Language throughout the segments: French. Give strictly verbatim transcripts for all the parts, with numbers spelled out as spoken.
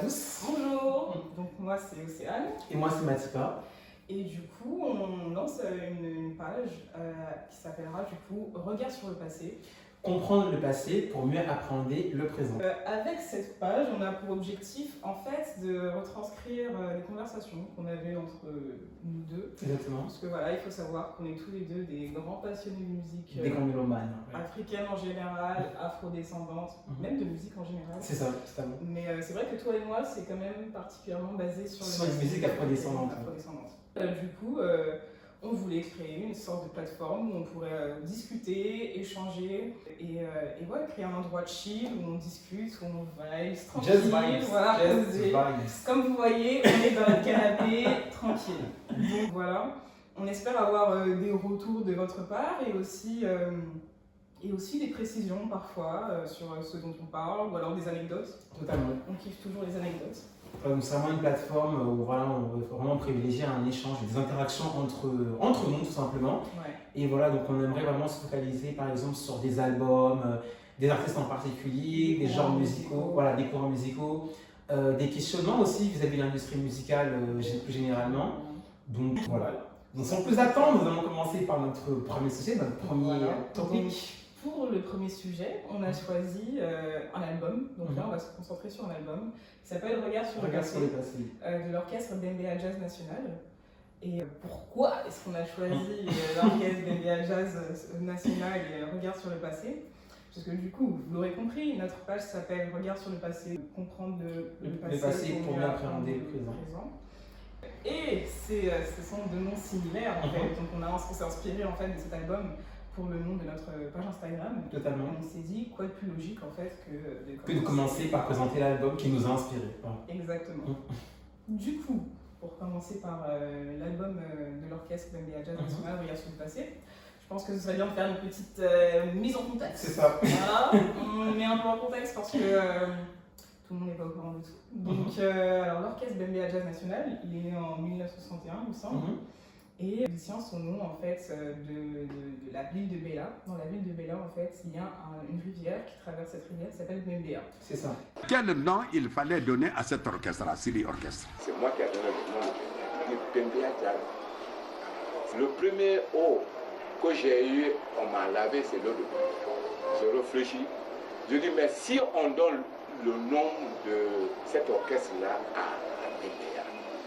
tous. Bonjour, donc moi c'est Océane. Et moi c'est Matika. Et du coup on lance une, une page euh, qui s'appellera du coup Regard sur le passé. Comprendre le passé pour mieux appréhender le présent. Euh, avec cette page, on a pour objectif en fait de retranscrire euh, les conversations qu'on avait entre euh, nous deux. Exactement. Parce que voilà, il faut savoir qu'on est tous les deux des grands passionnés de musique. Des grands mélomanes. Euh, africaine en général, afro-descendante, Mm-hmm. même de musique en général. C'est ça, totalement. Mais euh, c'est vrai que toi et moi, c'est quand même particulièrement basé sur, sur les musiques afro-descendantes. afro-descendantes. Euh, du coup, euh, on voulait créer une sorte de plateforme où on pourrait euh, discuter, échanger et, euh, et ouais, créer un endroit chill où on discute, où on vibe, tranquille, Just vibes. voilà, Just posé. vibes. Comme vous voyez, on est dans le canapé, tranquille. Donc voilà, on espère avoir euh, des retours de votre part et aussi, euh, et aussi des précisions parfois euh, sur ce dont on parle ou alors des anecdotes. Totalement. On kiffe toujours les anecdotes. Donc c'est vraiment une plateforme où voilà, on veut vraiment privilégier un échange, des interactions entre, entre nous tout simplement. Ouais. Et voilà, donc on aimerait vraiment se focaliser par exemple sur des albums, euh, des artistes en particulier, des, des genres musicaux, musicaux, voilà, des courants musicaux, euh, des questionnements aussi vis-à-vis de l'industrie musicale euh, plus généralement. Donc voilà. Donc sans plus attendre, nous allons commencer par notre premier sujet, notre premier voilà. topic. Pour le premier sujet, on a choisi euh, un album, donc là on va se concentrer sur un album qui s'appelle Regard sur le passé, euh, de l'orchestre Bembéa Jazz National. Et pourquoi est-ce qu'on a choisi euh, l'orchestre Bembéa Jazz National et Regard sur le passé? Parce que du coup, vous l'aurez compris, notre page s'appelle Regard sur le passé, comprendre le, le, le passé, passé pour, pour mieux appréhender le présent. présent. Et c'est, ce sont deux noms similaires en fait, donc on, a, on s'est inspiré en fait de cet album pour le nom de notre page Instagram. Totalement. On s'est dit quoi de plus logique en fait que de commencer, que de commencer par présenter l'album qui nous a inspirés. Voilà. Exactement. Du coup, pour commencer par euh, l'album euh, de l'orchestre Bembéa Jazz National, Regard sur le passé, je pense que ce serait bien de faire une petite euh, mise en contexte. C'est ça. Voilà, on met un peu en contexte parce que euh, tout le monde n'est pas au courant de tout. Donc, euh, alors l'orchestre Bembéa Jazz National, il est né en mille neuf cent soixante et un, il me semble. Mm-hmm. Et il tient son nom en fait de, de, de la ville de Béla. Dans la ville de Béla, en fait, il y a un, une rivière qui traverse cette rivière qui s'appelle Bembéa. C'est ça. Quel nom il fallait donner à cet orchestre, à Sili Orchestre? C'est moi qui ai donné le nom de Bembéa Jazz. Le premier eau que j'ai eu, on m'a lavé, c'est l'eau de Bembéa. Je réfléchis. Je dis, mais si on donne le nom de cet orchestre-là à, à Bembéa,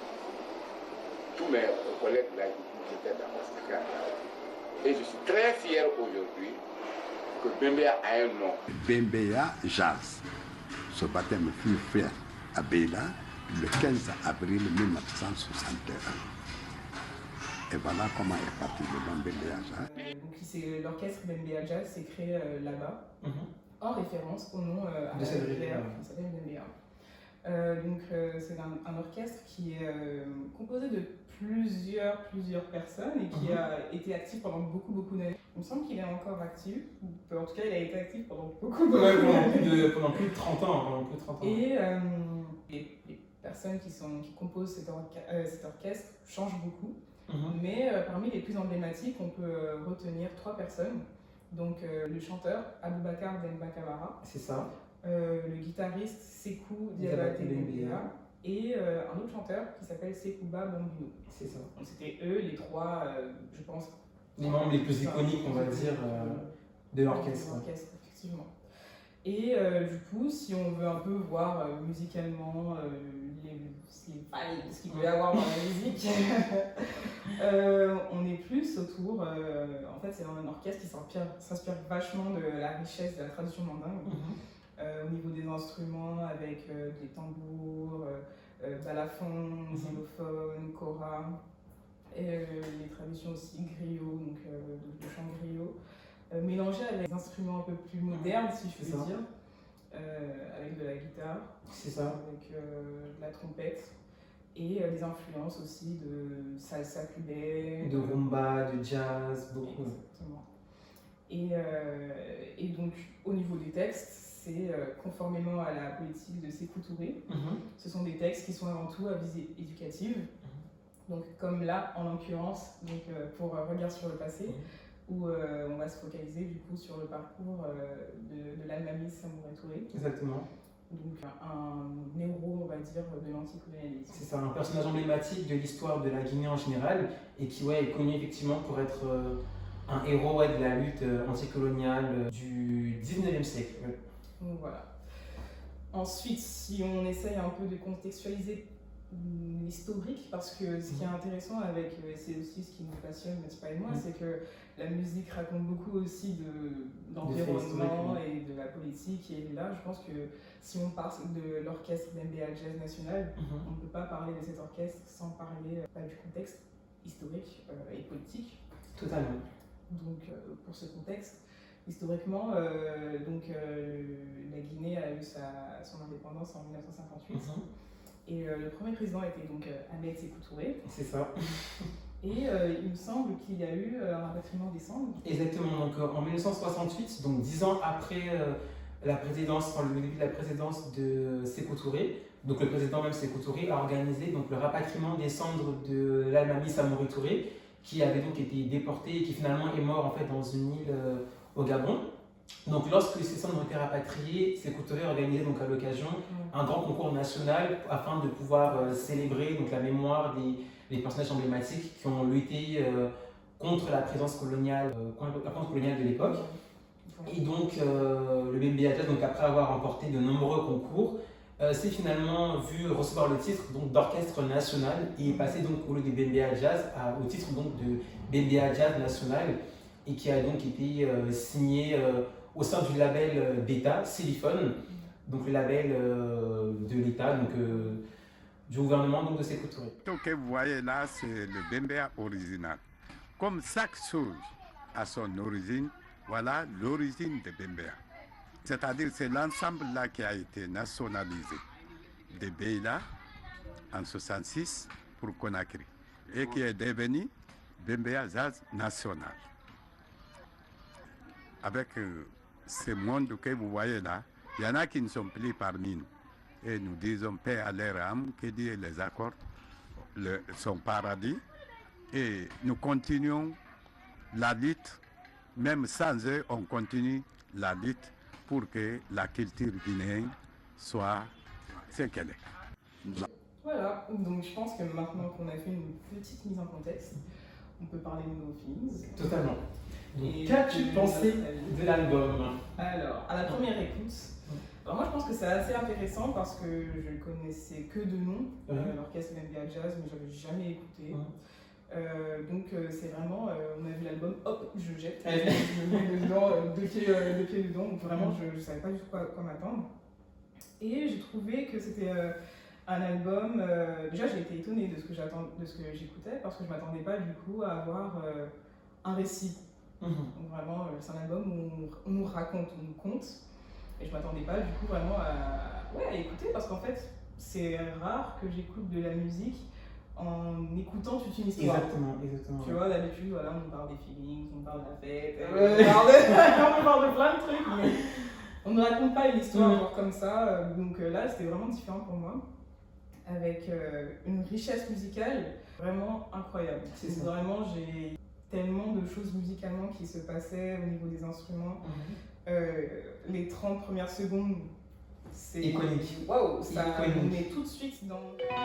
tous mes collègues là, ils étaient dans mon secret. Et je suis très fier aujourd'hui que Bembéa a un nom. Bembéa Jazz. Ce baptême fut fait à Béla le quinze avril mille neuf cent soixante et un. Et voilà comment est parti le nom Bembéa Jazz. Euh, donc c'est l'orchestre Bembéa Jazz s'est créé euh, là-bas, mm-hmm. en référence au nom euh, à de cette rivière qui s'appelle Bembéa. Euh, donc euh, c'est un, un orchestre qui est euh, composé de plusieurs, plusieurs personnes et qui mm-hmm. a été actif pendant beaucoup, beaucoup d'années. Il me semble qu'il est encore actif, ou en tout cas il a été actif pendant beaucoup, beaucoup ouais, d'années. Pendant, plus de, pendant plus de trente ans. Pendant plus de trente ans. Et euh, les, les personnes qui, sont, qui composent cet, orca euh, cet orchestre changent beaucoup, mm-hmm. mais euh, parmi les plus emblématiques, on peut euh, retenir trois personnes. Donc euh, le chanteur Aboubacar Demba Camara. C'est ça. Euh, le guitariste Sekou Diabaté Bembéa et euh, un autre chanteur qui s'appelle Sekouba Bombino. C'est ça. Donc c'était eux les trois, euh, je pense, les membres les plus iconiques, on va dire, euh, de l'orchestre. De l'orchestre, effectivement. Et euh, du coup, si on veut un peu voir euh, musicalement euh, les, les failles, ce qu'il peut y avoir dans la musique, euh, on est plus autour. Euh, en fait, c'est un orchestre qui s'inspire vachement de la richesse de la tradition mandingue. Mm-hmm. Euh, au niveau des instruments avec euh, des tambours, euh, euh, balafons, xylophones, kora, et euh, les traditions aussi griot, donc euh, de, de chant griot, euh, mélangés avec des instruments un peu plus modernes, si je puis dire, euh, avec de la guitare, c'est ça, avec euh, de la trompette, et euh, des influences aussi de salsa cubaine, de rumba, de jazz, beaucoup. Exactement. Et, euh, et donc, au niveau des textes, c'est euh, conformément à la politique de Sékou Touré. Mm-hmm. Ce sont des textes qui sont avant tout à visée éducative. Mm-hmm. Donc, comme là, en l'occurrence, donc, euh, pour euh, Regard sur le passé, mm-hmm. où euh, on va se focaliser du coup sur le parcours euh, de, de l'Almami Samouray Touré. Exactement. donc un héros, on va dire, de l'anticolonialisme. C'est ça, un personnage emblématique de l'histoire de la Guinée en général et qui ouais, est connu effectivement pour être euh, un héros ouais, de la lutte euh, anticoloniale euh, du dix-neuvième siècle. Ouais. Donc voilà. Ensuite, si on essaye un peu de contextualiser l'historique, parce que ce qui est intéressant avec, c'est aussi ce qui nous passionne, Mathieu et moi, Mm. c'est que la musique raconte beaucoup aussi de, d'environnement De et de la politique. Et là, je pense que si on parle de l'orchestre d'M B A Jazz National, Mhm. on ne peut pas parler de cet orchestre sans parler euh, du contexte historique euh, et politique. Totalement. Donc, euh, pour ce contexte, historiquement, euh, donc, euh, la Guinée a eu sa, son indépendance en dix-neuf cent cinquante-huit. Mhm. Et euh, le premier président était donc euh, Ahmed Sékou Touré. C'est ça. Et euh, il me semble qu'il y a eu euh, un rapatriement des cendres. Exactement, donc euh, en mille neuf cent soixante-huit, donc dix ans après euh, la présidence, enfin, le début de la présidence de Sékou Touré, donc le président même Sékou Touré a organisé donc, le rapatriement des cendres de l'Almami Samori Touré, qui avait donc été déporté et qui finalement est mort en fait dans une île euh, au Gabon. Donc lorsque ces cendres ont été rapatriées, Sékou Touré a organisé donc à l'occasion un grand concours national afin de pouvoir euh, célébrer donc, la mémoire des, des personnages emblématiques qui ont lutté euh, contre la présence coloniale, euh, contre la présence coloniale de l'époque. Et donc euh, le B M B A Jazz, donc, après avoir remporté de nombreux concours, euh, s'est finalement vu recevoir le titre donc, d'orchestre national et est passé donc, au lieu de B M B A Jazz à, au titre donc, de B M B A Jazz National et qui a donc été euh, signé euh, au sein du label d'État, Céliphone, donc le label euh, de l'État, donc euh, du gouvernement donc, de Sékou Touré. Ce que vous voyez là, c'est le bembea original. Comme chaque chose a son origine, voilà l'origine de bembea. C'est-à-dire c'est l'ensemble là qui a été nationalisé de Beila en soixante-six pour Conakry et qui est devenu bembea jazz national. Avec euh, ce monde que vous voyez là, il y en a qui ne sont plus parmi nous. Et nous disons paix à leur âme, que Dieu les accorde le, son paradis. Et nous continuons la lutte, même sans eux, on continue la lutte pour que la culture guinéenne soit ce qu'elle est. Voilà, donc je pense que maintenant qu'on a fait une petite mise en contexte, on peut parler de nos films. Totalement. Et qu'as-tu de pensé notre avis. de l'album? Alors, à la première écoute, alors moi je pense que c'est assez intéressant parce que je ne connaissais que de nom, Mhm. euh, l'orchestre M B A Jazz, mais je n'avais jamais écouté. Mhm. Euh, donc euh, c'est vraiment, euh, on a vu l'album, hop, je jette, Ouais. je mets dedans, euh, deux pieds, euh, deux pieds dedans, donc vraiment je ne savais pas du tout quoi, quoi m'attendre. Et j'ai trouvé que c'était euh, un album, euh, déjà j'ai été étonnée de ce que j'attends- de ce que j'écoutais parce que je ne m'attendais pas du coup à avoir euh, un récit. Mhm. Donc vraiment, euh, c'est un album où on, on nous raconte, on nous conte. Et je m'attendais pas du coup vraiment à, ouais, à écouter parce qu'en fait, c'est rare que j'écoute de la musique en écoutant toute une histoire. Exactement, exactement. Tu vois, d'habitude, voilà, on parle des feelings, on parle de la fête, Ouais. on, parle de, on parle de plein de trucs, mais on ne raconte pas une histoire Mhm. genre comme ça. Donc euh, là, c'était vraiment différent pour moi, avec euh, une richesse musicale vraiment incroyable. C'est ça. Vraiment, j'ai tellement de choses musicalement qui se passaient au niveau des instruments. Mhm. Euh, les trente premières secondes, c'est Iconique. Waouh, ça Iconique. nous met tout de suite dans.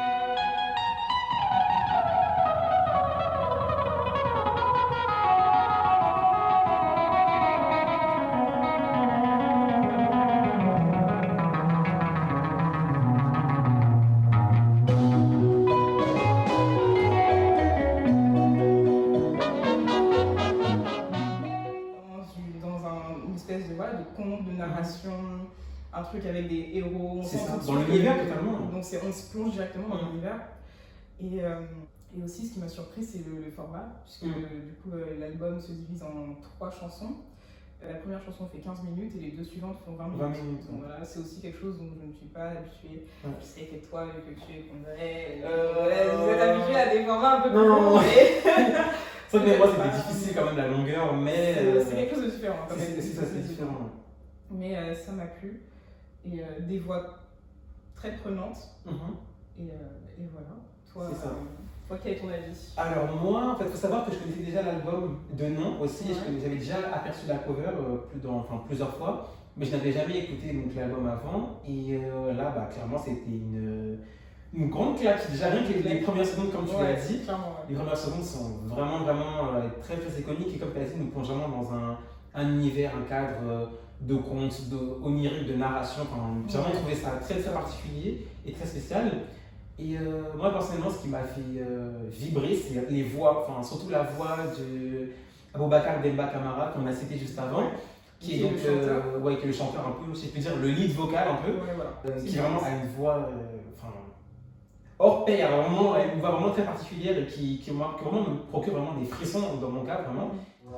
Dans un- une espèce de, voilà, de conte, de narration, un truc avec des héros. on C'est sent ça, tout de dans suite l'univers que- totalement. Donc c'est- on se plonge directement dans Mhm. l'univers. Et, euh, et aussi, ce qui m'a surpris, c'est le, le format, puisque Mhm. euh, du coup, euh, l'album se divise en trois chansons. Euh, La première chanson fait quinze minutes et les deux suivantes font vingt minutes. vingt minutes, Donc ouais. voilà, c'est aussi quelque chose dont je ne suis pas habituée. Ouais. Je sais que toi, vu que tu es congolais, euh, voilà, vous êtes habitué à des formats un peu plus Non, non, longs. non. mais- C'est vrai que pour moi c'était difficile quand même la longueur, mais C'est euh, c'est quelque chose de différent. quand c'est même. c'est ça, c'est différent. Mais euh, ça m'a plu. Et euh, des voix très prenantes. Mhm. Et, euh, et voilà. Toi, C'est ça. euh, Toi, quel est ton avis? Alors moi, en fait, il faut savoir que je connaissais déjà l'album de nom aussi. Ouais. J'avais déjà aperçu la cover euh, plus dans, enfin, plusieurs fois, mais je n'avais jamais écouté donc, l'album avant. Et euh, là, bah, clairement, c'était une, une grande claque. Déjà rien que les, les premières secondes, comme tu Ouais, l'as dit, clairement, ouais. les premières secondes sont vraiment, vraiment euh, très, très iconiques. Et comme tu as dit, nous plongeons vraiment dans un, un univers, un cadre euh, de conte, de onirique, de narration. Enfin, j'ai vraiment Ouais. trouvé ça très, très particulier et très spécial. Et euh, moi personnellement, ce qui m'a fait euh, vibrer, c'est les voix, enfin surtout la voix de Aboubacar Demba Camara qu'on a cité juste avant, qui Qui est est donc le chanteur. euh, ouais, qui est le chanteur un peu, si je peux dire le lead vocal un peu, Ouais, voilà. euh, C'est qui bien. vraiment a une voix, euh, enfin hors pair, vraiment une voix vraiment très particulière et qui, qui, moi, qui vraiment me procure vraiment des frissons dans mon cas vraiment.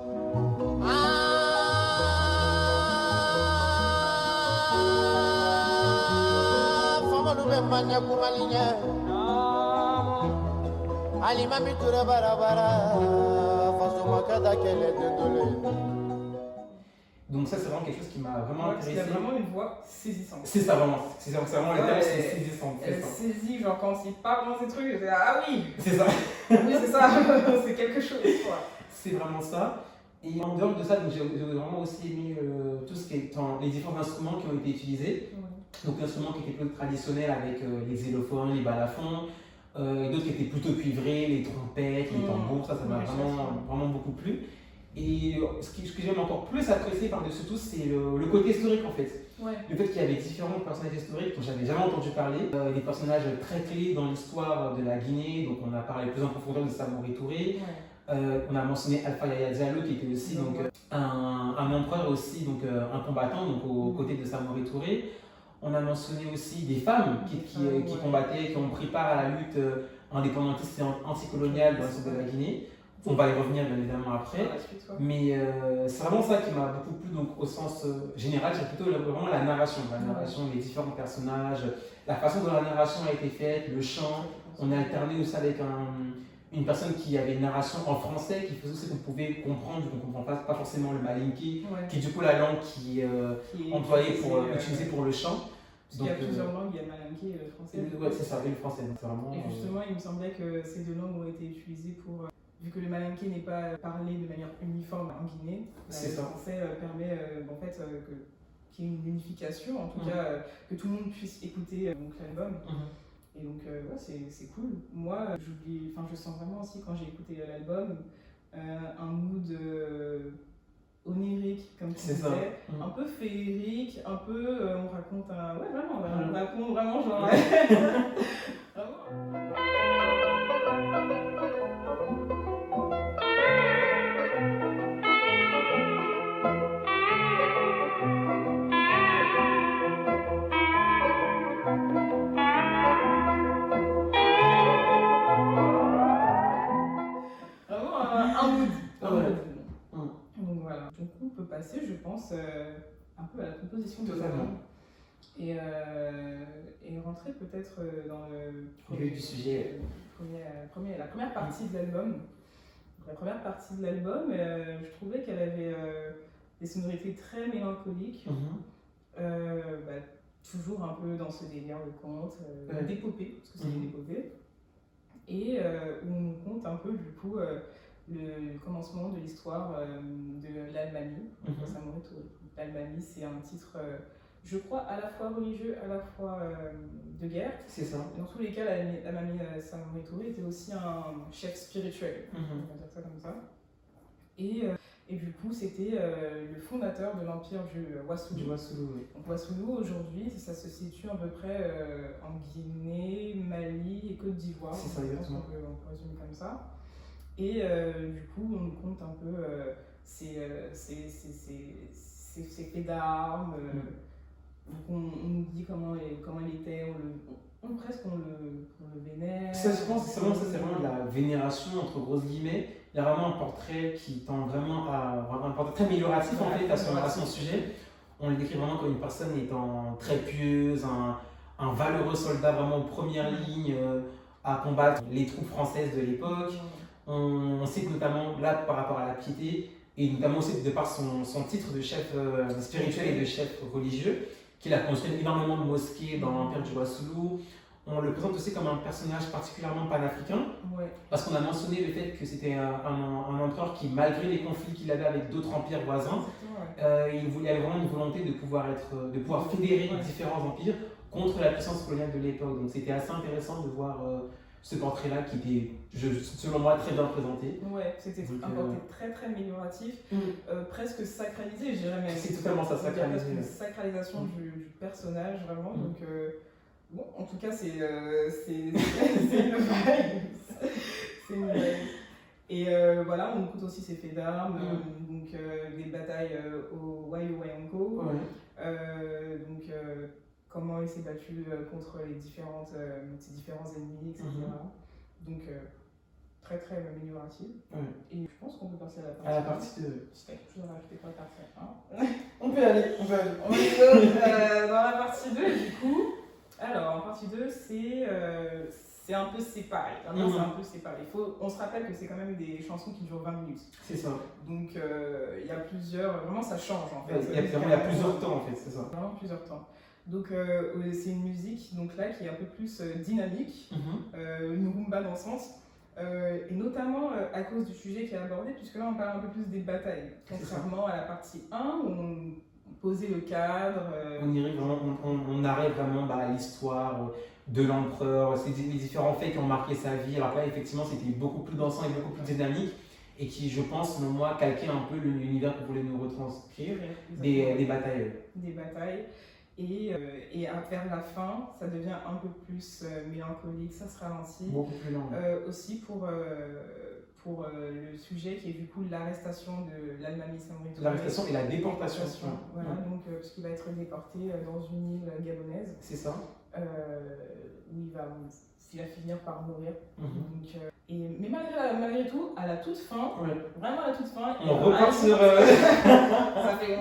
Donc ça c'est vraiment quelque chose qui m'a vraiment Ouais, parce qu'il intéressé. a vraiment une voix saisissante. C'est ça vraiment, c'est ça, c'est vraiment le Ouais, terme, elle- c'est saisissant. c'est Elle ça. saisit, genre quand il parle dans ces trucs, je dis ah oui, C'est ça. oui c'est ça, c'est quelque chose quoi. C'est vraiment ça. Et en dehors de ça, donc, j'ai j'ai vraiment aussi aimé euh, tout ce qui est en- les différents instruments qui ont été utilisés. Donc l'instrument qui était plus traditionnel avec euh, les xylophones, les balafons, euh, et d'autres qui étaient plutôt cuivrés, les trompettes, les Mmh. tambours, ça, ça m'a Ouais, vraiment, ça, vraiment beaucoup plu. Et euh, ce, qui, ce que j'aime encore plus apprécier par-dessus tout, c'est le, le côté historique en fait. Ouais. Le fait qu'il y avait différents personnages historiques dont j'avais jamais entendu parler, euh, des personnages très clés dans l'histoire de la Guinée, donc on a parlé plus en profondeur de Samori Touré. Ouais. Euh, on a mentionné Alpha Yaya Diallo qui était aussi donc, euh, un, un empereur aussi, donc euh, un combattant donc, aux côtés de Samori Touré. On a mentionné aussi des femmes qui, qui, euh, qui Ouais. combattaient, qui ont pris part à la lutte euh, indépendantiste et anticoloniale dans le sud de la Guinée. On va y revenir bien évidemment après. Par la suite, ouais. Mais euh, c'est vraiment ça qui m'a beaucoup plu donc, au sens euh, général, c'est plutôt la- vraiment la narration. La narration, les différents personnages, la façon dont la narration a été faite, le chant. On a alterné aussi avec un, une personne qui avait une narration en français, qui faisait aussi qu'on pouvait comprendre, vu qu'on ne comprend pas, pas forcément le malinké, Ouais. qui est du coup la langue qui est euh, Qui est employée pour, utilisé, euh, utilisée pour le chant. Parce qu'il y a plusieurs langues, il y a le malinké et le français. euh, ouais, c'est ça, et le français. Donc, c'est vraiment, Et euh, justement, il me semblait que ces deux langues ont été utilisées pour. euh, Vu que le malinké n'est pas parlé de manière uniforme en Guinée, bah, C'est le ça. français euh, permet euh, en fait, euh, que- qu'il y ait une unification, en tout Mhm. cas euh, que tout le monde puisse écouter euh, donc, l'album. mhm. Et donc, euh, ouais, c'est c'est cool. Moi, euh, j'oublie, enfin, je sens vraiment aussi quand j'ai écouté euh, l'album euh, un mood euh, onirique, comme tu C'est disais, ça. Mhm. un peu féerique, un peu. euh, on raconte un. Ouais, vraiment, on Mhm. raconte vraiment genre. Vraiment. Vraiment un, un mood. Un Ouais. mood. Mm. Donc voilà. Donc on peut passer, je pense, euh, un peu à la composition de Totalement. l'album. Et, euh, et rentrer peut-être euh, dans le Le vif du sujet. euh, premier- premier- la première partie de l'album. La première partie de l'album, euh, je trouvais qu'elle avait euh, des sonorités très mélancoliques, Mhm. euh, bah, toujours un peu dans ce délire de conte, euh, Ouais. d'épopée, parce que c'est Mhm. une épopée, et euh, où on nous conte un peu du coup euh, le commencement de l'histoire euh, de l'Almami, Mhm. de Samori Touré. L'Almami, c'est un titre, euh, je crois, à la fois religieux, à la fois euh, de guerre. C'est ça. Dans tous les cas, la, la mamie euh, Samori Touré était aussi un chef spirituel, Mhm. on va dire ça comme ça. Et, euh, et du coup, c'était euh, le fondateur de l'empire du euh, Wassoulou. Du Wassoulou, oui. Donc Wassoulou, aujourd'hui, ça se situe à peu près euh, en Guinée, Mali et Côte d'Ivoire. C'est ça, Je pense exactement. qu'on peut, on peut résumer comme ça. Et euh, du coup, on nous compte un peu euh, ces, euh, ces, ces, ces, ces- ces faits d'armes. euh, Mm. donc on, on nous dit comment, il- comment il était, on le, on, on- presque on le, on le vénère. Ça, je pense que c'est vraiment, ça, c'est vraiment de la vénération, entre grosses guillemets. Il y a vraiment un portrait qui tend vraiment à. Un portrait très amélioratif en fait à son, à son sujet. On le décrit vraiment comme une personne étant très pieuse, un, un valeureux soldat vraiment aux premières lignes euh, à combattre les troupes françaises de l'époque. On, on sait que notamment là par rapport à la piété, et notamment aussi de par son, son titre de chef euh, spirituel et de chef religieux, qu'il a construit énormément de mosquées dans l'empire du Wassoulou. on le présente aussi comme un personnage particulièrement panafricain, Ouais. parce qu'on a mentionné le fait que c'était un, un, un empereur qui, malgré les conflits qu'il avait avec d'autres empires voisins, Exactement, ouais. euh, il voulait avait vraiment une volonté de pouvoir, être, de pouvoir fédérer Ouais. différents empires contre la puissance coloniale de l'époque. Donc c'était assez intéressant de voir euh, ce portrait-là qui était, je, selon moi, très bien présenté. Ouais, c'était Donc, un euh, portrait très très amélioratif, Mm. euh, presque sacralisé, je dirais même. C'est totalement ça, Il y a sacralisé, presque une ouais. sacralisation Mm. du, du personnage, vraiment. Mm. Donc, euh, bon, en tout cas, c'est euh, c'est- c'est une vibe. C'est une vibe. Et euh, voilà, on écoute aussi ses faits d'armes, Mm. euh, donc euh, des batailles euh, au Wayo-Wayanko, Ouais. euh, donc euh, comment il s'est battu euh, contre les différentes, euh, ses différents ennemis, et cetera. Donc euh, très très amélioratif. Ouais. Et je pense qu'on peut passer à la partie. À la partie deux. Si t'as quelque chose à rajouter pour la partie un. On peut y aller, on peut y aller. On va y aller. Euh, dans la partie deux, du coup. Alors, en partie deux, c'est euh, c'est un peu séparé. Vraiment, Mhm. c'est un peu séparé. Il faut, on se rappelle que c'est quand même des chansons qui durent vingt minutes. C'est ça. Donc, euh, il y a plusieurs. Vraiment, ça change en fait. Il y a, vraiment, il y a plusieurs temps en fait, c'est ça. Vraiment plusieurs temps. Donc, euh, c'est une musique donc là, qui est un peu plus euh, dynamique, Mhm. euh, une rumba dans le sens. Euh, et notamment euh, à cause du sujet qui est abordé, puisque là on parle un peu plus des batailles, contrairement à la partie un où on posait le cadre. Euh... On, irait vraiment, on, on, on arrive vraiment bah, à l'histoire de l'empereur, c'est les différents faits qui ont marqué sa vie. Alors là, effectivement, c'était beaucoup plus dansant et beaucoup plus dynamique, et qui, je pense, selon moi, calquait un peu l'univers qu'on voulait nous retranscrire des, des batailles. Des batailles. Et, euh, et à, vers la fin, ça devient un peu plus euh, mélancolique, ça se ralentit. Beaucoup plus lent. Euh, aussi pour, euh, pour euh, le sujet qui est du coup l'arrestation de l'Almami Samori Touré. L'arrestation et la déportation. Voilà, Ouais. donc euh, parce qu'il va être déporté euh, dans une île gabonaise. C'est ça. Euh, où il va, il va finir par mourir. Mm-hmm. Donc, euh, et, mais malgré, la, malgré tout, à la toute fin, Ouais. vraiment à la toute fin, On repart sur. Euh, ça fait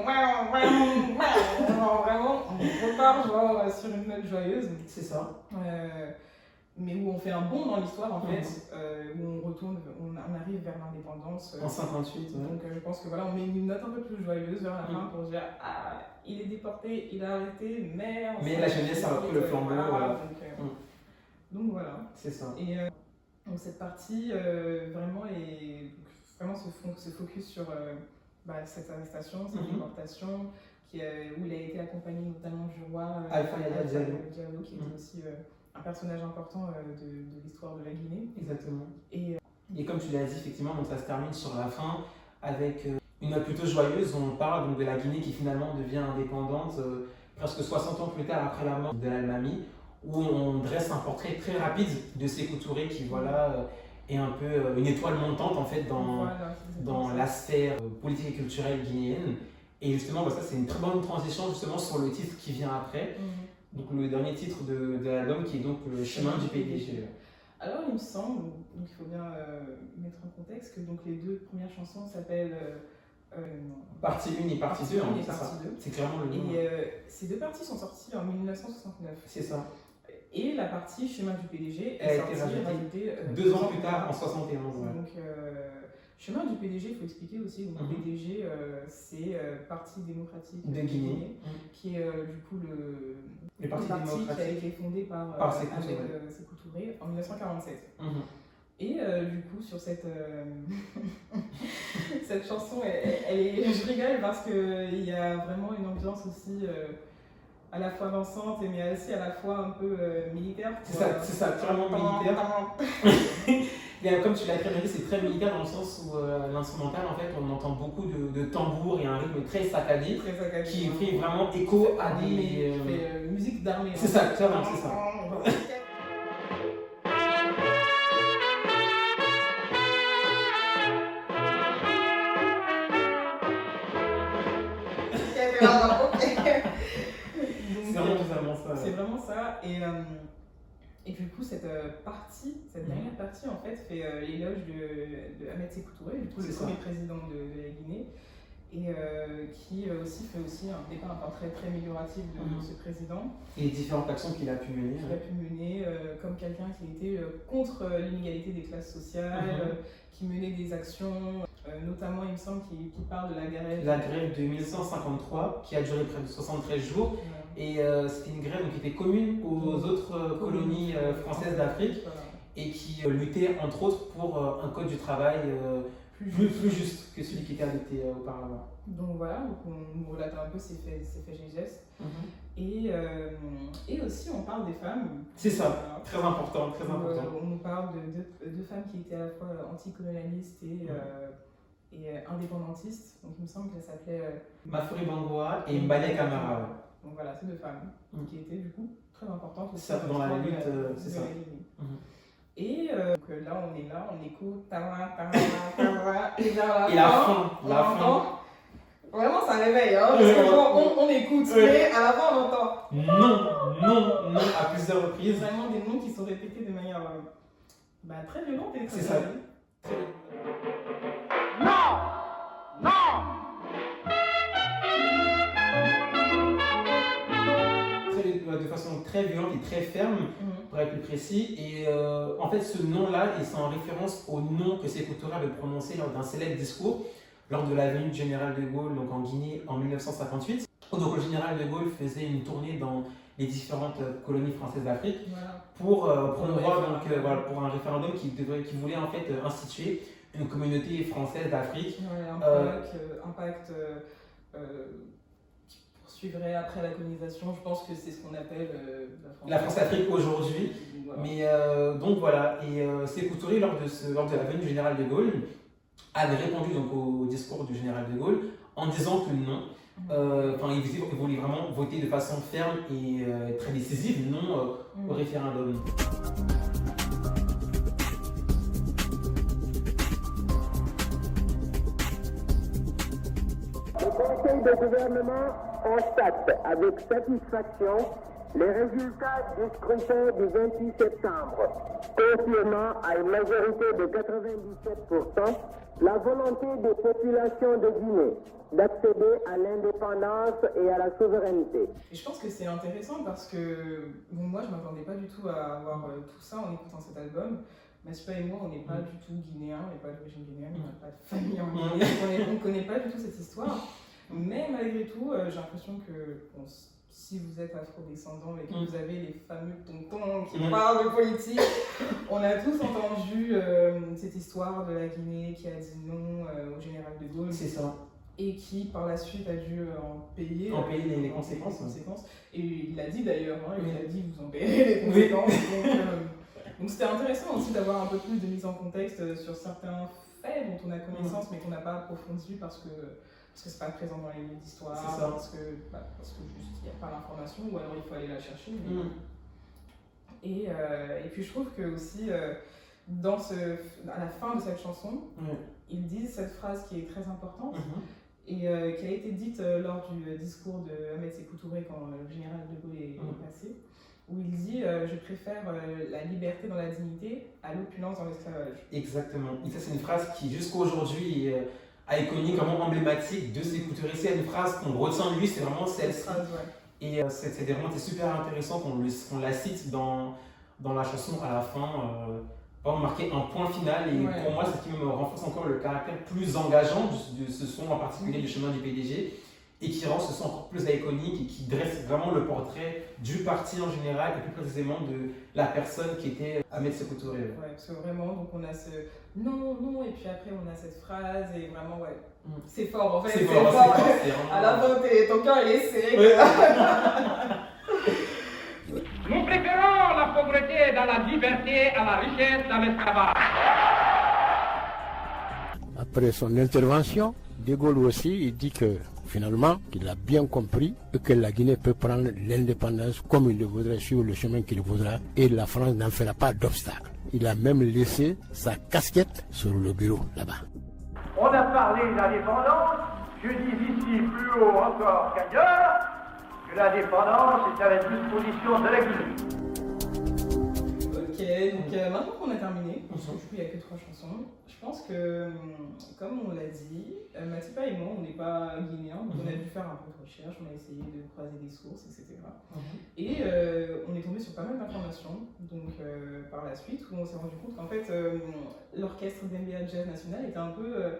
vraiment, on repart genre sur une note joyeuse. C'est ça. Euh, mais où on fait un bond dans l'histoire en fait, Mm-hmm. euh, où on retourne, on, on arrive vers l'indépendance. En cinquante-huit. Ouais. Donc euh, je pense que voilà, on met une note un peu plus joyeuse vers la Mm. fin pour dire ah, il est déporté, il a arrêté, mais. on Mais s'en la jeunesse a repris le fout, flambeau. voilà, Voilà. Donc, euh, Mm. donc voilà. C'est ça. Et euh, donc cette partie euh, vraiment est vraiment se, fon- se focus sur euh, bah, cette arrestation, cette Mhm. déportation, qui, euh, où il a été accompagné notamment du roi euh, Alpha Yaya Diallo. Diallo, qui Mhm. était aussi euh, un personnage important euh, de, de l'histoire de la Guinée. Exactement. Et, euh, Et comme tu l'as dit, effectivement, donc ça se termine sur la fin avec euh, une note plutôt joyeuse. On parle donc de la Guinée qui finalement devient indépendante euh, presque soixante ans plus tard après la mort de l'Almami, où on dresse un portrait très rapide de Sékou Touré qui voilà, euh, est un peu euh, une étoile montante en fait dans, voilà, c'est dans exactement la sphère euh, politique et culturelle guinéenne. Et justement, bah, ça c'est une très bonne transition justement sur le titre qui vient après. ça. Mhm. Donc le dernier titre de, de l'album qui est donc le chemin du P D G. Alors il me semble, donc il faut bien euh, mettre en contexte que donc, les deux premières chansons s'appellent euh, euh, Partie un et partie deux, hein, un et c'est ça. partie deux. C'est clairement le nom. Et euh, ces deux parties sont sorties en mille neuf cent soixante-neuf. C'est ça. Et la partie Chemin du P D G Elle a est été sortie, rajoutée rajoutée euh, Deux ans plus tard, en soixante et onze. Ouais. Donc, euh, Chemin du P D G, il faut expliquer aussi. Donc, Mhm. P D G, euh, c'est euh, Parti démocratique De Guinée. Mhm. qui est euh, du coup le, Le Parti qui a démocratique. été fondé par, euh, Par Sékou avec Touré. euh, Sékou Touré en mille neuf cent quarante-sept. Mhm. Et euh, du coup, sur cette, euh, cette chanson, elle, elle est, je rigole parce qu'il y a vraiment une ambiance aussi euh, à la fois dansante, mais aussi à la fois un peu euh, militaire. C'est ça, c'est ça, clairement militaire. Et, euh, comme tu l'as très bien dit, c'est très militaire dans le sens où euh, l'instrumental, en fait, on entend beaucoup de, de tambours et un rythme très saccadé Très saccadé. qui fait vraiment écho à des. Armée, euh, qui fait, euh, musique d'armée. C'est ça, clairement, c'est ça. C'est vraiment totalement ça. C'est vraiment ça. Et, euh, et du coup, cette euh, partie, cette Mhm. dernière partie, en fait, fait euh, l'éloge de, de Ahmed Sékou Touré, du coup, le C'est premier ça. président de, de la Guinée, et euh, qui euh, aussi fait aussi un dépeint un portrait très amélioratif de, Mhm. de ce président, Et les différentes actions qu'il a pu mener. qui a pu mener euh, comme quelqu'un qui était euh, contre euh, l'inégalité des classes sociales, Mhm. euh, qui menait des actions Euh, notamment, il me semble qu'il qu'il parle de la grève. La grève de mille neuf cent cinquante-trois, qui a duré près de soixante-treize jours. Voilà. Et euh, c'était une grève donc, qui était commune aux autres euh, colonies euh, françaises d'Afrique Voilà. et qui euh, luttait entre autres pour euh, un code du travail euh, Plus plus, plus juste que celui qui était adopté euh, auparavant. Donc voilà, donc on nous relate un peu ces faits, ces faits et gestes. Et, euh, et aussi, on parle des femmes. C'est ça, Voilà. très important, très Euh, important. on nous parle de deux, deux femmes qui étaient à la fois anticolonialistes et, euh, et euh, indépendantistes. Donc il me semble qu'elles s'appelaient euh, Mafuri Bangoa et Mbale Camara. Ouais. Donc voilà, ces deux femmes Mm. qui étaient du coup très importantes aussi Ça, dans la l'histoire de lutte, euh, c'est de ça. la Guinée. Mhm. Et euh, donc, euh, là, on est là, on écoute, tara, tara, tara, et vers la Et la fin, fin, on la fin. entend. Vraiment, ça réveille, hein, parce Ouais, que ouais. genre, on, on écoute, Ouais. mais à la fin, on entend Non, non, non, à plusieurs reprises. vraiment des noms qui sont répétés de manière euh, bah, très violente et très C'est ça. violente. Très- de façon très violente et très ferme, Mhm. pour être plus précis. Et euh, en fait, ce nom-là, c'est en référence au nom que Sékou Touré avait prononcé lors d'un célèbre discours lors de la venue du général de Gaulle donc en Guinée en mille neuf cent cinquante-huit. Donc le général de Gaulle faisait une tournée dans les différentes euh, colonies françaises d'Afrique Voilà. pour euh, promouvoir référendum. donc, euh, voilà, pour un référendum qui, devait, qui voulait en fait euh, instituer une communauté française d'Afrique. Ouais, un Euh, pacte, euh, un pacte euh, euh, qui poursuivrait après la colonisation. Je pense que c'est ce qu'on appelle euh, La France-Afrique aujourd'hui. Voilà. Mais euh, donc voilà, et euh, Sékou Touré, lors de, ce, lors de la venue du général de Gaulle, avait répondu donc au discours du général de Gaulle en disant que non. Euh, Enfin, il, voulait- il voulait vraiment voter de façon ferme et euh, très décisive, non euh, Mhm. au référendum. Le Conseil de gouvernement constate avec satisfaction les résultats du scrutin du vingt-huit septembre, confirmant à une majorité de quatre-vingt-dix-sept pour cent la volonté des populations de Guinée d'accéder à l'indépendance et à la souveraineté. Et je pense que c'est intéressant parce que bon, moi je m'attendais pas du tout à avoir euh, tout ça en écoutant cet album. Masipa et moi on n'est pas Mm. du tout guinéens, on n'est pas d'origine guinéenne, on Mm. n'a pas de famille en Mm. Guinée, on ne connaît pas du tout cette histoire. Mais malgré tout, euh, j'ai l'impression que bon, si vous êtes afro-descendant et que Mm. vous avez les fameux tontons qui Mm. parlent de politique, on a tous entendu euh, cette histoire de la Guinée qui a dit non euh, au général de Gaulle C'est ça. et qui par la suite a dû euh, en payer, En payer les- les en conséquences, payer les ouais. conséquences. Et il l'a dit d'ailleurs, hein, il Oui. a dit vous en payerez les Oui. conséquences. Donc, euh, donc c'était intéressant aussi d'avoir un peu plus de mise en contexte euh, sur certains faits dont on a connaissance mais qu'on n'a pas approfondi parce que parce que c'est pas présent dans les livres d'histoire, C'est ça. parce que bah, parce que juste il n'y a pas l'information ou alors il faut aller la chercher. mais- Mm. Et, euh, et puis je trouve que aussi euh, dans ce, à la fin de cette chanson, Ouais. ils disent cette phrase qui est très importante Mhm. et euh, qui a été dite euh, lors du euh, discours de Ahmed Sékou Touré quand euh, le général de Gaulle est, Mm. est passé, où il dit euh, je préfère euh, la liberté dans la dignité à l'opulence dans l'esclavage. Exactement. Et ça, c'est une phrase qui, jusqu'à aujourd'hui, est euh, iconique, vraiment emblématique de Sékou Touré. C'est une phrase qu'on retient de lui, c'est vraiment Cette celle-ci. phrase, ouais. Et euh, c'est c'est vraiment c'est super intéressant qu'on le- qu'on la cite dans, dans la chanson à la fin, euh, pour marquer un point final. Et Ouais. pour moi, c'est ce qui me renforce encore le caractère plus engageant de, de ce son, en particulier du chemin du P D G, et qui rend ce son encore plus iconique et qui dresse vraiment le portrait du parti en général, et plus précisément de la personne qui était Ahmed Sékou Touré. Ouais, parce que vraiment, donc on a ce non, non, et puis après on a cette phrase, et vraiment, ouais, Mm. c'est fort en fait, C'est fort, c'est fort, c'est vraiment- À la fin, t'es- ton cœur il est serré. Ouais. Nous préférons la pauvreté dans la liberté à la richesse dans l'esclavage. Après son intervention, De Gaulle aussi, il dit que finalement, qu'il a bien compris et que la Guinée peut prendre l'indépendance comme il le voudrait sur le chemin qu'il voudra et la France n'en fera pas d'obstacle. Il a même laissé sa casquette sur le bureau là-bas. On a parlé d'indépendance, je dis ici plus haut encore qu'ailleurs, que l'indépendance est à la disposition de la Guinée. Ok, donc euh, maintenant qu'on a terminé, parce que du coup il n'y a que trois chansons, je pense que, hum, comme on l'a dit, euh, Matipa et moi on n'est pas guinéens, donc on a dû faire un peu de recherche, on a essayé de croiser des sources, et cetera. Et euh, on est tombé sur pas mal d'informations, donc euh, par la suite, où on s'est rendu compte qu'en fait euh, l'orchestre d'M B A Jazz National était un peu euh,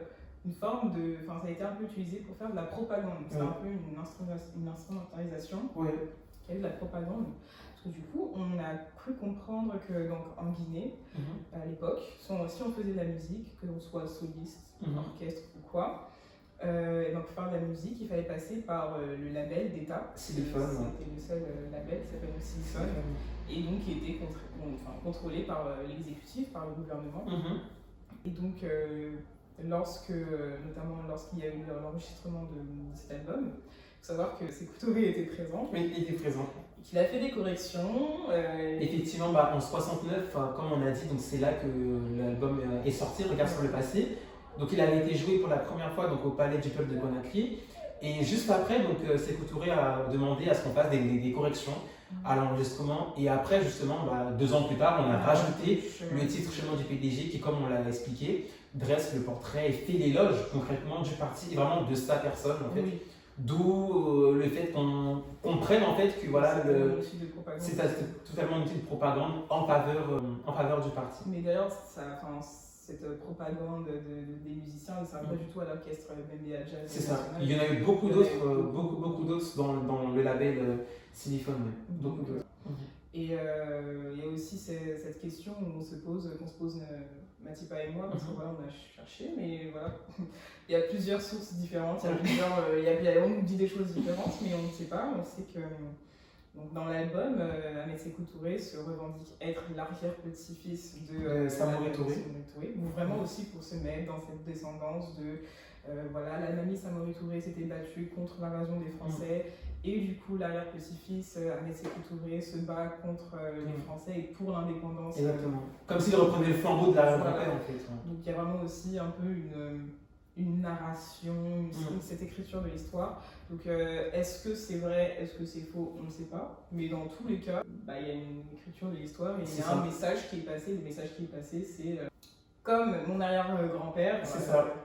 une forme de. Enfin, ça a été un peu utilisé pour faire de la propagande. C'est Ouais. un peu une, instrumenta- une instrumentalisation Ouais. qui a eu de la propagande. Parce que du coup, on a cru comprendre que donc, en Guinée, Mhm. à l'époque, si on si on faisait de la musique, que l'on soit soliste, Mhm. orchestre ou quoi, euh, et donc pour faire de la musique, il fallait passer par euh, le label d'État. Silicone, ouais. C'était le seul euh, label qui s'appelle le Silicone, et donc qui était contré- bon, enfin, contrôlé par euh, l'exécutif, par le gouvernement. Mhm. Et donc, euh, lorsque, euh, notamment lorsqu'il y a eu l'enregistrement de, de cet album, il faut savoir que Sékou Touré était présent, Oui, il était présent. qu'il a fait des corrections. euh, Effectivement, bah, en soixante-neuf, euh, comme on a dit, donc c'est là que l'album euh, est sorti, Regarde sur le passé. Donc il avait été joué pour la première fois donc, au Palais du Peuple de Conakry. Et juste après, donc, euh, Sékou Touré a demandé à ce qu'on fasse des, des- des corrections à l'enregistrement. Et après, justement, bah, deux ans plus tard, on a rajouté le titre Chemin du P D G qui, comme on l'a expliqué, dresse le portrait et fait l'éloge concrètement du parti et vraiment de sa personne en fait. Oui. D'où euh, le fait qu'on comprenne en fait que voilà, C'était un le, outil de propagande. c'est un- totalement une petite propagande en faveur, euh, en faveur du parti. Mais d'ailleurs, ça, enfin, cette propagande de, de- des musiciens ne sert pas Mm. du tout à l'orchestre Bembea Jazz. C'est ça. National. Il y en a eu beaucoup Il y en a d'autres, eu euh, beaucoup. beaucoup, beaucoup d'autres dans, dans le label euh, Silicone. Ouais. Donc, Beaucoup euh, d'autres. Et euh, il y a aussi ces- cette question où on se pose, qu'on se pose euh, Matipa et moi, parce que Mhm. voilà, on a cherché, mais voilà, il y a plusieurs sources différentes, il y a plusieurs, euh, il y a- il y a- on nous dit des choses différentes, mais on ne sait pas. On sait que donc, dans l'album, euh, Ahmed Sékou Touré se revendique être l'arrière-petit-fils de Euh, Samori Touré. Samori Touré. Donc vraiment aussi pour se mettre dans cette descendance de euh, voilà, la mamie Samori Touré s'était battue contre l'invasion des Français. Et du coup, l'arrière-petit-fils, euh, Ahmed Sékou Touré, se bat contre euh, les Mm. Français et pour l'indépendance. Exactement. Comme s'il reprenait le flambeau de la Voilà. repère en fait. Ouais. Donc il y a vraiment aussi un peu une, une narration, une- Mm. cette écriture de l'histoire. Donc euh, est-ce que c'est vrai, est-ce que c'est faux, on ne sait pas. Mais dans tous les cas, bah, il y a une écriture de l'histoire et il y C'est a ça. un message qui est passé. Le message qui est passé, c'est euh, comme mon arrière-grand-père. C'est euh, ça.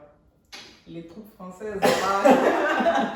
Les troupes françaises. ah.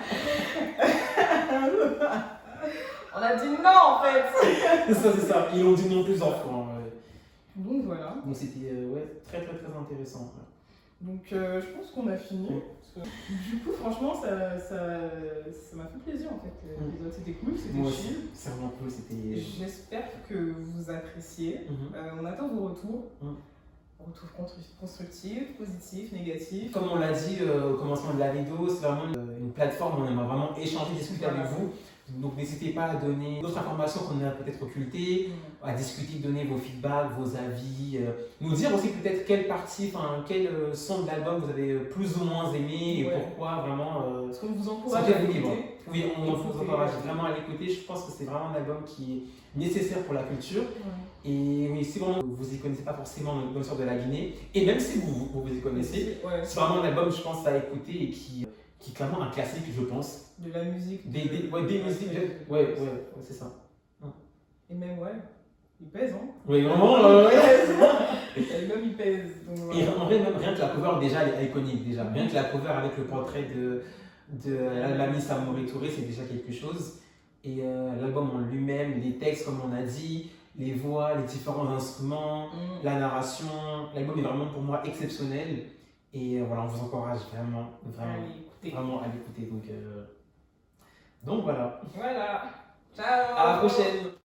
On a dit non en fait. C'est ça, c'est ça. Ils l'ont dit non plusieurs fois. Ouais. Donc voilà. Donc c'était euh, ouais, très très très intéressant. Ouais. Donc euh, je pense qu'on a fini. Mm. Parce que, du coup, franchement, ça ça ça m'a fait plaisir en fait. L'épisode, c'était cool, c'était Moi chill. aussi, c'est vraiment cool. C'était. J'espère que vous appréciez. Mhm. Euh, on attend vos retours. Mm. Retours constru- constructifs, positifs, négatifs. Comme on l'a dit euh, au commencement de la vidéo, c'est vraiment une, une plateforme où on aimerait vraiment échanger, discuter Voilà. avec vous. Donc n'hésitez pas à donner d'autres informations qu'on a peut-être occultées, Mm. à discuter, donner vos feedbacks, vos avis, euh, nous dire aussi peut-être quelle partie, enfin quel euh, son de l'album vous avez euh, plus ou moins aimé et Ouais. pourquoi vraiment. Euh, Parce qu'on vous encourage à Sentez-vous libre. l'écouter. Oui, on vous Écoutez, encourage euh, vraiment à l'écouter. Je pense que c'est vraiment un album qui est nécessaire pour la culture. Ouais. Et oui, si vraiment vous y connaissez pas forcément le bonne sort de la Guinée, et même si vous, vous, vous y connaissez, Ouais, c'est vraiment un album, je pense, à écouter et qui, qui est clairement un classique, je pense. de la musique. Des, de- des, ouais, des de- musiques, de- ouais, ouais, ouais, c'est ça. Et même, ouais, il pèse, hein. Oui, vraiment, euh, Il ouais. pèse. L'album, il pèse. Donc, Et voilà. en vrai, même rien que la cover, déjà, elle est iconique, déjà. Rien que la cover avec le portrait de, de l'Albami Samori Touré, c'est déjà quelque chose. Et euh, l'album en lui-même, les textes, comme on a dit, les voix, les différents instruments, Mm. la narration, l'album est vraiment pour moi exceptionnel. Et euh, voilà, on vous encourage vraiment, vraiment, Allez, écoutez. vraiment à l'écouter. Donc, euh, donc voilà. Voilà. Ciao. À la prochaine!